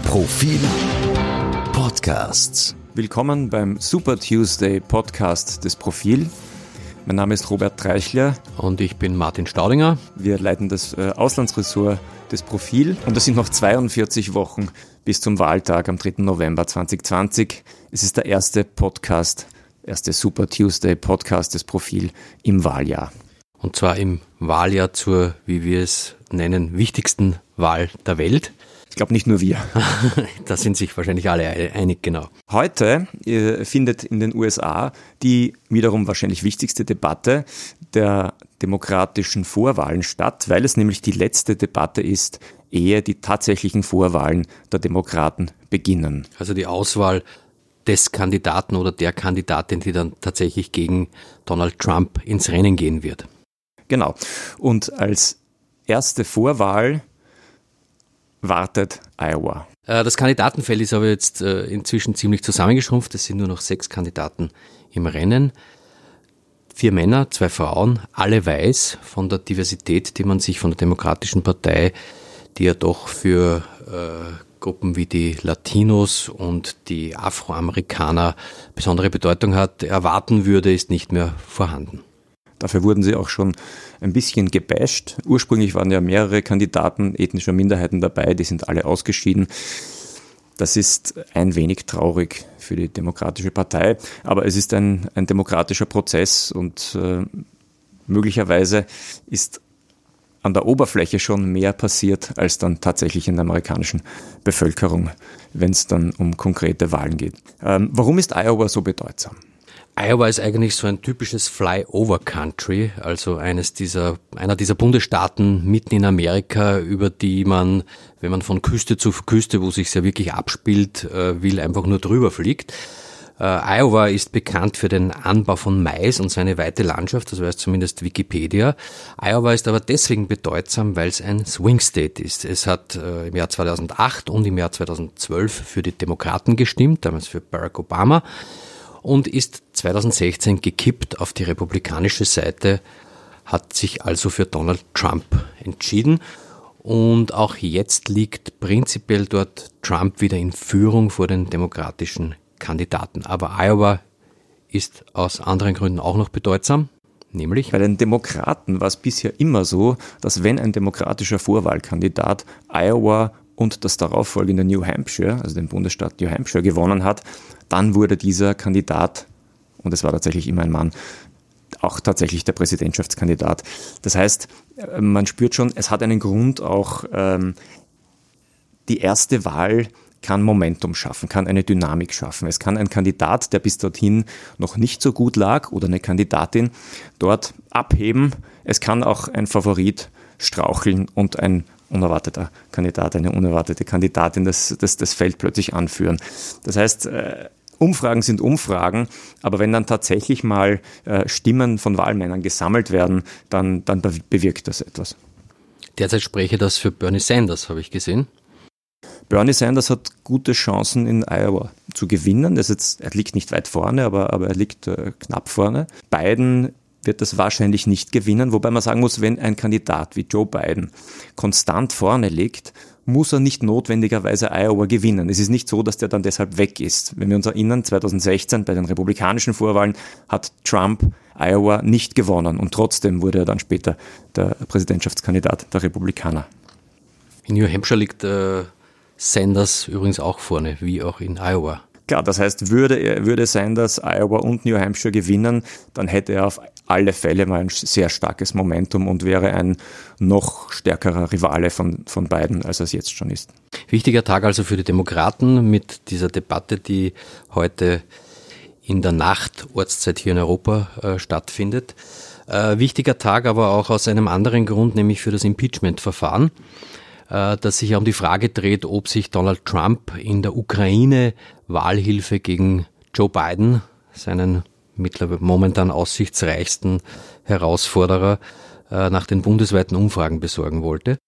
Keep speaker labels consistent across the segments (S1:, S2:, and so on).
S1: Profil Podcasts.
S2: Willkommen beim Super Tuesday Podcast des Profil. Mein Name ist Robert Treichler.
S3: Und ich bin Martin Staudinger.
S2: Wir leiten das Auslandsressort des Profil und es sind noch 42 Wochen bis zum Wahltag am 3. November 2020. Es ist der erste Super Tuesday Podcast des Profil im Wahljahr.
S3: Und zwar im Wahljahr zur, wie wir es nennen, wichtigsten Wahl der Welt.
S2: Ich glaube nicht nur wir.
S3: Da sind sich wahrscheinlich alle einig, genau.
S2: Heute findet in den USA die wiederum wahrscheinlich wichtigste Debatte der demokratischen Vorwahlen statt, weil es nämlich die letzte Debatte ist, ehe die tatsächlichen Vorwahlen der Demokraten beginnen.
S3: Also die Auswahl des Kandidaten oder der Kandidatin, die dann tatsächlich gegen Donald Trump ins Rennen gehen wird.
S2: Genau. Und als erste Vorwahl wartet Iowa.
S3: Das Kandidatenfeld ist aber jetzt inzwischen ziemlich zusammengeschrumpft. Es sind nur noch 6 Kandidaten im Rennen. 4 Männer, 2 Frauen, alle weiß. Von der Diversität, die man sich von der Demokratischen Partei, die ja doch für Gruppen wie die Latinos und die Afroamerikaner besondere Bedeutung hat, erwarten würde, ist nicht mehr vorhanden.
S2: Dafür wurden sie auch schon ein bisschen gebasht. Ursprünglich waren ja mehrere Kandidaten ethnischer Minderheiten dabei, die sind alle ausgeschieden. Das ist ein wenig traurig für die Demokratische Partei, aber es ist ein demokratischer Prozess und möglicherweise ist an der Oberfläche schon mehr passiert, als dann tatsächlich in der amerikanischen Bevölkerung, wenn es dann um konkrete Wahlen geht. Warum ist Iowa so bedeutsam?
S3: Iowa ist eigentlich so ein typisches Flyover-Country, also einer dieser Bundesstaaten mitten in Amerika, über die man, wenn man von Küste zu Küste, wo sich ja wirklich abspielt, will, einfach nur drüber fliegt. Iowa ist bekannt für den Anbau von Mais und seine weite Landschaft, das weiß zumindest Wikipedia. Iowa ist aber deswegen bedeutsam, weil es ein Swing State ist. Es hat im Jahr 2008 und im Jahr 2012 für die Demokraten gestimmt, damals für Barack Obama, und ist 2016 gekippt auf die republikanische Seite, hat sich also für Donald Trump entschieden. Und auch jetzt liegt prinzipiell dort Trump wieder in Führung vor den demokratischen Kandidaten. Aber Iowa ist aus anderen Gründen auch noch bedeutsam, nämlich
S2: bei den Demokraten war es bisher immer so, dass wenn ein demokratischer Vorwahlkandidat Iowa und das darauffolgende New Hampshire, also den Bundesstaat New Hampshire, gewonnen hat, dann wurde dieser Kandidat, und es war tatsächlich immer ein Mann, auch tatsächlich der Präsidentschaftskandidat. Das heißt, man spürt schon, es hat einen Grund auch, die erste Wahl kann Momentum schaffen, kann eine Dynamik schaffen. Es kann ein Kandidat, der bis dorthin noch nicht so gut lag, oder eine Kandidatin dort abheben. Es kann auch ein Favorit straucheln und ein unerwarteter Kandidat, eine unerwartete Kandidatin das Feld plötzlich anführen. Das heißt, Umfragen sind Umfragen, aber wenn dann tatsächlich mal Stimmen von Wahlmännern gesammelt werden, dann bewirkt das etwas.
S3: Derzeit spreche das für Bernie Sanders, habe ich gesehen.
S2: Bernie Sanders hat gute Chancen in Iowa zu gewinnen. Er liegt nicht weit vorne, aber er liegt knapp vorne. Biden wird das wahrscheinlich nicht gewinnen, wobei man sagen muss, wenn ein Kandidat wie Joe Biden konstant vorne liegt, muss er nicht notwendigerweise Iowa gewinnen. Es ist nicht so, dass der dann deshalb weg ist. Wenn wir uns erinnern, 2016 bei den republikanischen Vorwahlen hat Trump Iowa nicht gewonnen und trotzdem wurde er dann später der Präsidentschaftskandidat der Republikaner.
S3: In New Hampshire liegt Sanders übrigens auch vorne, wie auch in Iowa.
S2: Klar, das heißt, würde Sanders Iowa und New Hampshire gewinnen, dann hätte er auf alle Fälle mal ein sehr starkes Momentum und wäre ein noch stärkerer Rivale von beiden, als er es jetzt schon ist.
S3: Wichtiger Tag also für die Demokraten mit dieser Debatte, die heute in der Nacht, Ortszeit hier in Europa, stattfindet. Wichtiger Tag aber auch aus einem anderen Grund, nämlich für das Impeachment-Verfahren, das sich ja um die Frage dreht, ob sich Donald Trump in der Ukraine Wahlhilfe gegen Joe Biden, seinen momentan aussichtsreichsten Herausforderer, nach den bundesweiten Umfragen besorgen wollte.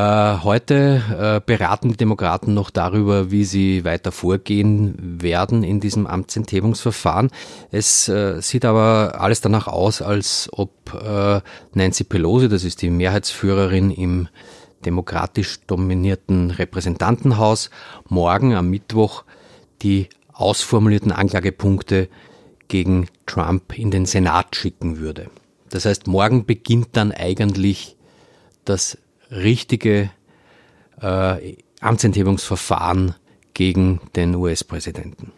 S3: Heute beraten die Demokraten noch darüber, wie sie weiter vorgehen werden in diesem Amtsenthebungsverfahren. Es sieht aber alles danach aus, als ob Nancy Pelosi, das ist die Mehrheitsführerin im demokratisch dominierten Repräsentantenhaus morgen am Mittwoch die ausformulierten Anklagepunkte gegen Trump in den Senat schicken würde. Das heißt, morgen beginnt dann eigentlich das richtige Amtsenthebungsverfahren gegen den US-Präsidenten.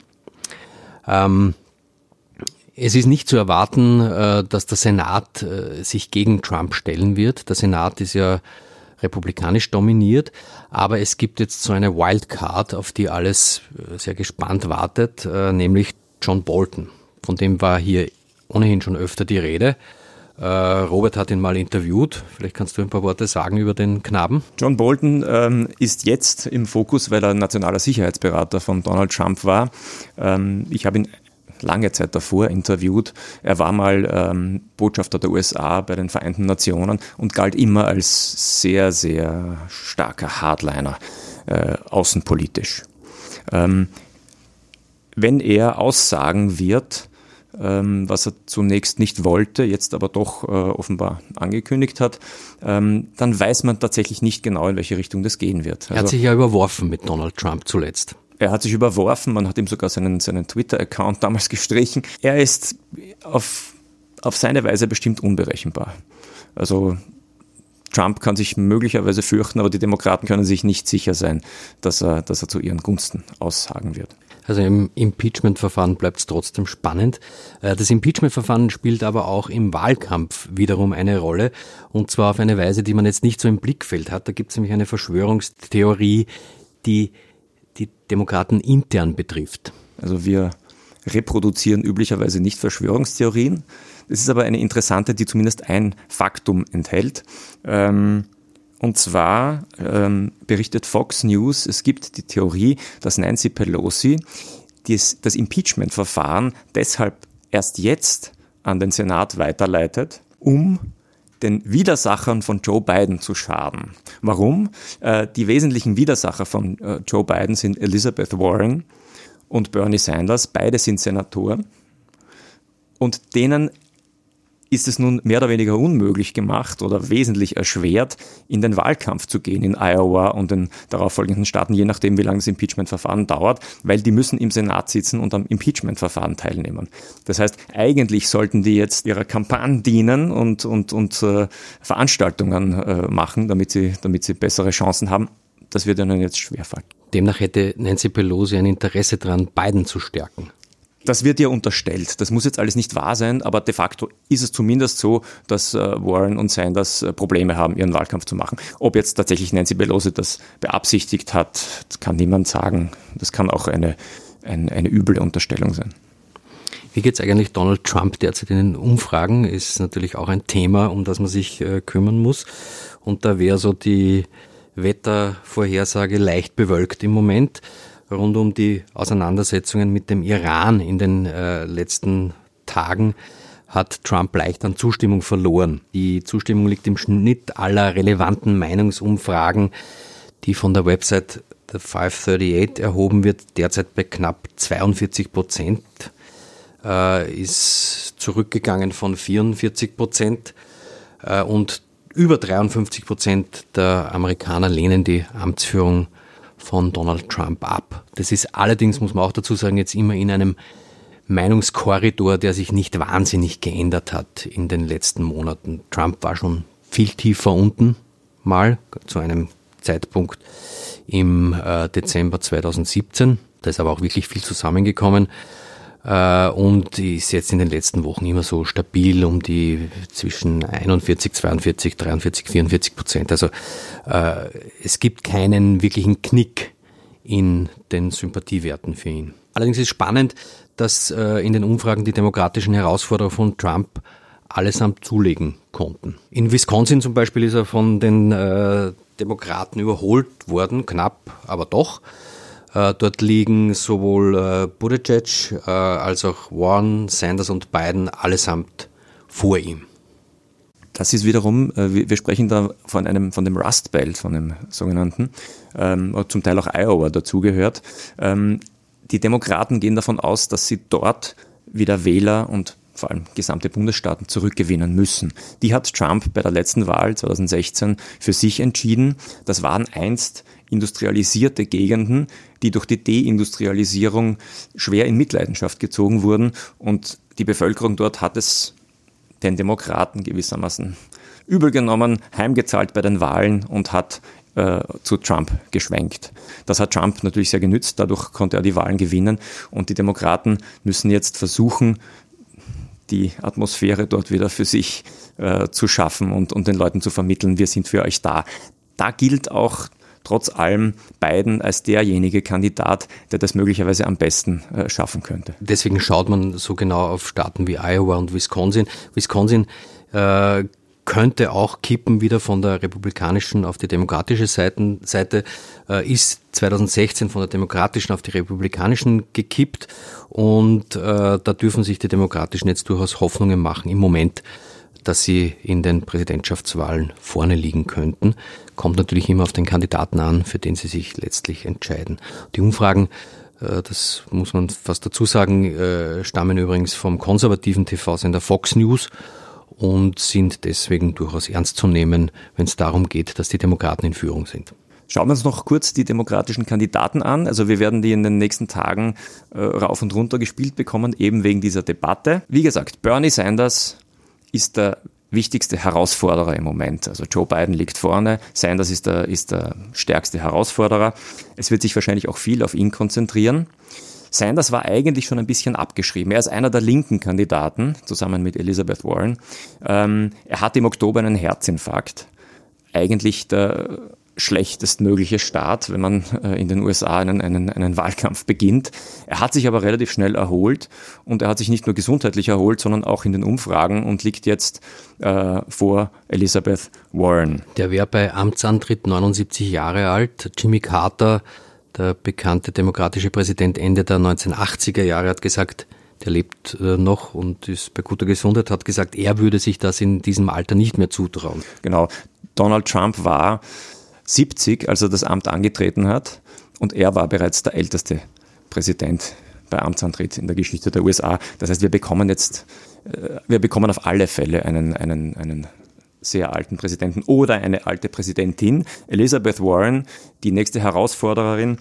S3: Es ist nicht zu erwarten, dass der Senat sich gegen Trump stellen wird. Der Senat ist ja republikanisch dominiert, aber es gibt jetzt so eine Wildcard, auf die alles sehr gespannt wartet, nämlich John Bolton. Von dem war hier ohnehin schon öfter die Rede. Robert hat ihn mal interviewt. Vielleicht kannst du ein paar Worte sagen über den Knaben.
S2: John Bolton ist jetzt im Fokus, weil er nationaler Sicherheitsberater von Donald Trump war. Ich habe ihn lange Zeit davor interviewt. Er war mal Botschafter der USA bei den Vereinten Nationen und galt immer als sehr, sehr starker Hardliner, außenpolitisch. Wenn er aussagen wird, was er zunächst nicht wollte, jetzt aber doch offenbar angekündigt hat, dann weiß man tatsächlich nicht genau, in welche Richtung das gehen wird.
S3: Er hat sich ja überworfen mit Donald Trump zuletzt.
S2: Er hat sich überworfen, man hat ihm sogar seinen Twitter-Account damals gestrichen. Er ist auf seine Weise bestimmt unberechenbar. Also Trump kann sich möglicherweise fürchten, aber die Demokraten können sich nicht sicher sein, dass er zu ihren Gunsten aussagen wird.
S3: Also im Impeachment-Verfahren bleibt es trotzdem spannend. Das Impeachment-Verfahren spielt aber auch im Wahlkampf wiederum eine Rolle, und zwar auf eine Weise, die man jetzt nicht so im Blickfeld hat. Da gibt es nämlich eine Verschwörungstheorie, die die Demokraten intern betrifft.
S2: Also wir reproduzieren üblicherweise nicht Verschwörungstheorien. Das ist aber eine interessante, die zumindest ein Faktum enthält. Und zwar berichtet Fox News, es gibt die Theorie, dass Nancy Pelosi das Impeachment-Verfahren deshalb erst jetzt an den Senat weiterleitet, um den Widersachern von Joe Biden zu schaden. Warum? Die wesentlichen Widersacher von Joe Biden sind Elizabeth Warren und Bernie Sanders. Beide sind Senatoren. Und denen ist es nun mehr oder weniger unmöglich gemacht oder wesentlich erschwert, in den Wahlkampf zu gehen in Iowa und den darauffolgenden Staaten, je nachdem, wie lange das Impeachment-Verfahren dauert, weil die müssen im Senat sitzen und am Impeachment-Verfahren teilnehmen. Das heißt, eigentlich sollten die jetzt ihrer Kampagne dienen und Veranstaltungen machen, damit sie bessere Chancen haben. Das wird ihnen jetzt schwerfallen.
S3: Demnach hätte Nancy Pelosi ein Interesse daran, Biden zu stärken.
S2: Das wird ihr unterstellt. Das muss jetzt alles nicht wahr sein, aber de facto ist es zumindest so, dass Warren und Sanders Probleme haben, ihren Wahlkampf zu machen. Ob jetzt tatsächlich Nancy Pelosi das beabsichtigt hat, das kann niemand sagen. Das kann auch eine üble Unterstellung sein.
S3: Wie geht es eigentlich Donald Trump derzeit in den Umfragen? Ist natürlich auch ein Thema, um das man sich kümmern muss. Und da wäre so die Wettervorhersage leicht bewölkt im Moment. Rund um die Auseinandersetzungen mit dem Iran in den letzten Tagen hat Trump leicht an Zustimmung verloren. Die Zustimmung liegt im Schnitt aller relevanten Meinungsumfragen, die von der Website The 538 erhoben wird, derzeit bei knapp 42%, ist zurückgegangen von 44%, und über 53% der Amerikaner lehnen die Amtsführung von Donald Trump ab. Das ist allerdings, muss man auch dazu sagen, jetzt immer in einem Meinungskorridor, der sich nicht wahnsinnig geändert hat in den letzten Monaten. Trump war schon viel tiefer unten, mal zu einem Zeitpunkt im Dezember 2017. Da ist aber auch wirklich viel zusammengekommen und ist jetzt in den letzten Wochen immer so stabil um die zwischen 41, 42, 43, 44%. Also es gibt keinen wirklichen Knick in den Sympathiewerten für ihn. Allerdings ist spannend, dass in den Umfragen die demokratischen Herausforderer von Trump allesamt zulegen konnten. In Wisconsin zum Beispiel ist er von den Demokraten überholt worden, knapp, aber doch. Dort liegen sowohl Buttigieg als auch Warren, Sanders und Biden allesamt vor ihm.
S2: Das ist wiederum, wir sprechen da von dem Rust Belt, von dem sogenannten, zum Teil auch Iowa dazugehört. Die Demokraten gehen davon aus, dass sie dort wieder Wähler und vor allem gesamte Bundesstaaten zurückgewinnen müssen. Die hat Trump bei der letzten Wahl 2016 für sich entschieden. Das waren einst industrialisierte Gegenden, die durch die Deindustrialisierung schwer in Mitleidenschaft gezogen wurden, und die Bevölkerung dort hat es den Demokraten gewissermaßen übel genommen, heimgezahlt bei den Wahlen und hat zu Trump geschwenkt. Das hat Trump natürlich sehr genützt, dadurch konnte er die Wahlen gewinnen, und die Demokraten müssen jetzt versuchen, die Atmosphäre dort wieder für sich zu schaffen und den Leuten zu vermitteln, wir sind für euch da. Da gilt auch trotz allem Biden als derjenige Kandidat, der das möglicherweise am besten schaffen könnte.
S3: Deswegen schaut man so genau auf Staaten wie Iowa und Wisconsin. Wisconsin könnte auch kippen wieder von der republikanischen auf die demokratische Seite, ist 2016 von der demokratischen auf die republikanischen gekippt, und da dürfen sich die Demokratischen jetzt durchaus Hoffnungen machen im Moment, dass sie in den Präsidentschaftswahlen vorne liegen könnten. Kommt natürlich immer auf den Kandidaten an, für den sie sich letztlich entscheiden. Die Umfragen, das muss man fast dazu sagen, stammen übrigens vom konservativen TV-Sender Fox News und sind deswegen durchaus ernst zu nehmen, wenn es darum geht, dass die Demokraten in Führung sind.
S2: Schauen wir uns noch kurz die demokratischen Kandidaten an. Also wir werden die in den nächsten Tagen rauf und runter gespielt bekommen, eben wegen dieser Debatte. Wie gesagt, Bernie Sanders ist der wichtigste Herausforderer im Moment. Also Joe Biden liegt vorne, Sanders ist der stärkste Herausforderer. Es wird sich wahrscheinlich auch viel auf ihn konzentrieren. Sanders war eigentlich schon ein bisschen abgeschrieben. Er ist einer der linken Kandidaten, zusammen mit Elizabeth Warren. Er hatte im Oktober einen Herzinfarkt. Eigentlich der schlechtestmögliche Start, wenn man in den USA einen Wahlkampf beginnt. Er hat sich aber relativ schnell erholt, und er hat sich nicht nur gesundheitlich erholt, sondern auch in den Umfragen, und liegt jetzt vor Elizabeth Warren.
S3: Der wäre bei Amtsantritt 79 Jahre alt. Jimmy Carter, der bekannte demokratische Präsident Ende der 1980er Jahre, hat gesagt, der lebt noch und ist bei guter Gesundheit, hat gesagt, er würde sich das in diesem Alter nicht mehr zutrauen.
S2: Genau. Donald Trump war 70, als er das Amt angetreten hat, und er war bereits der älteste Präsident bei Amtsantritt in der Geschichte der USA. Das heißt, wir bekommen auf alle Fälle einen sehr alten Präsidenten oder eine alte Präsidentin. Elizabeth Warren, die nächste Herausforderin,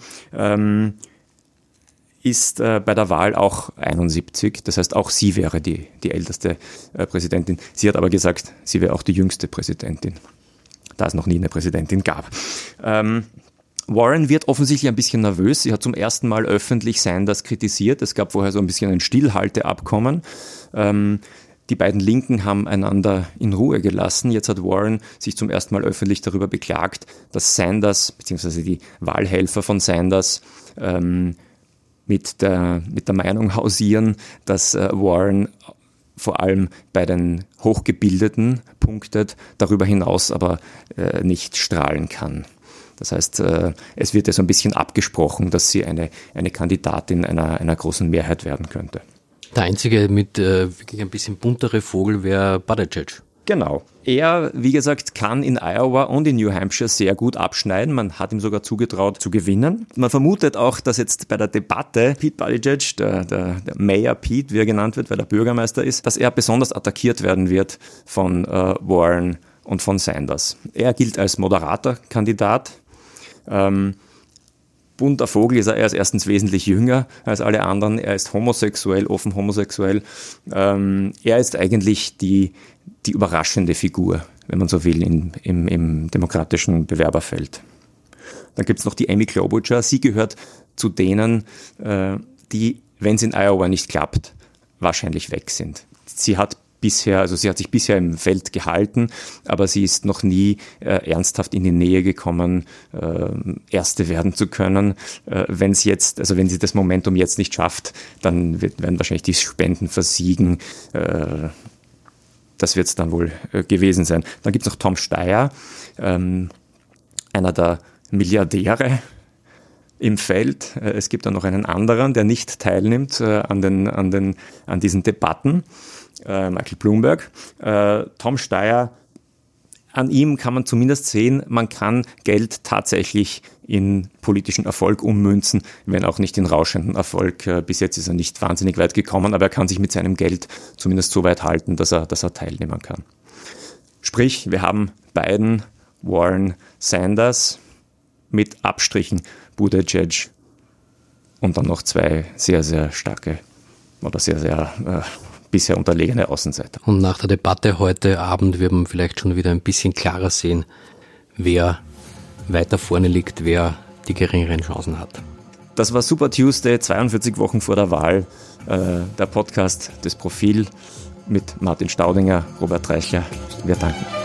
S2: ist bei der Wahl auch 71. Das heißt, auch sie wäre die älteste Präsidentin. Sie hat aber gesagt, sie wäre auch die jüngste Präsidentin, da es noch nie eine Präsidentin gab. Warren wird offensichtlich ein bisschen nervös. Sie hat zum ersten Mal öffentlich Sanders kritisiert. Es gab vorher so ein bisschen ein Stillhalteabkommen. Die beiden Linken haben einander in Ruhe gelassen. Jetzt hat Warren sich zum ersten Mal öffentlich darüber beklagt, dass Sanders, beziehungsweise die Wahlhelfer von Sanders, mit der Meinung hausieren, dass Warren vor allem bei den Hochgebildeten punktet, darüber hinaus aber nicht strahlen kann. Das heißt, es wird ja so ein bisschen abgesprochen, dass sie eine Kandidatin einer großen Mehrheit werden könnte.
S3: Der einzige mit wirklich ein bisschen buntere Vogel wäre Buttigieg.
S2: Genau. Er, wie gesagt, kann in Iowa und in New Hampshire sehr gut abschneiden. Man hat ihm sogar zugetraut zu gewinnen. Man vermutet auch, dass jetzt bei der Debatte Pete Buttigieg, der Mayor Pete, wie er genannt wird, weil er Bürgermeister ist, dass er besonders attackiert werden wird von Warren und von Sanders. Er gilt als moderater Kandidat. Bunter Vogel ist er ist erstens wesentlich jünger als alle anderen. Er ist homosexuell, offen homosexuell. Er ist eigentlich die überraschende Figur, wenn man so will, im demokratischen Bewerberfeld. Dann gibt es noch die Amy Klobuchar. Sie gehört zu denen, die, wenn es in Iowa nicht klappt, wahrscheinlich weg sind. Sie hat sich bisher im Feld gehalten, aber sie ist noch nie ernsthaft in die Nähe gekommen, Erste werden zu können. Wenn sie das Momentum jetzt nicht schafft, dann werden wahrscheinlich die Spenden versiegen. Das wird es dann wohl gewesen sein. Dann gibt es noch Tom Steyer, einer der Milliardäre im Feld. Es gibt dann noch einen anderen, der nicht teilnimmt an diesen Debatten. Michael Bloomberg. Tom Steyer an ihm kann man zumindest sehen, man kann Geld tatsächlich in politischen Erfolg ummünzen, wenn auch nicht in rauschenden Erfolg. Bis jetzt ist er nicht wahnsinnig weit gekommen, aber er kann sich mit seinem Geld zumindest so weit halten, dass er teilnehmen kann. Sprich, wir haben Biden, Warren, Sanders mit Abstrichen Buttigieg und dann noch zwei sehr, sehr starke oder sehr, sehr bisher unterlegene Außenseiter.
S3: Und nach der Debatte heute Abend wird man vielleicht schon wieder ein bisschen klarer sehen, wer weiter vorne liegt, wer die geringeren Chancen hat.
S2: Das war Super Tuesday, 42 Wochen vor der Wahl. Der Podcast des Profil mit Martin Staudinger, Robert Reichler. Wir danken.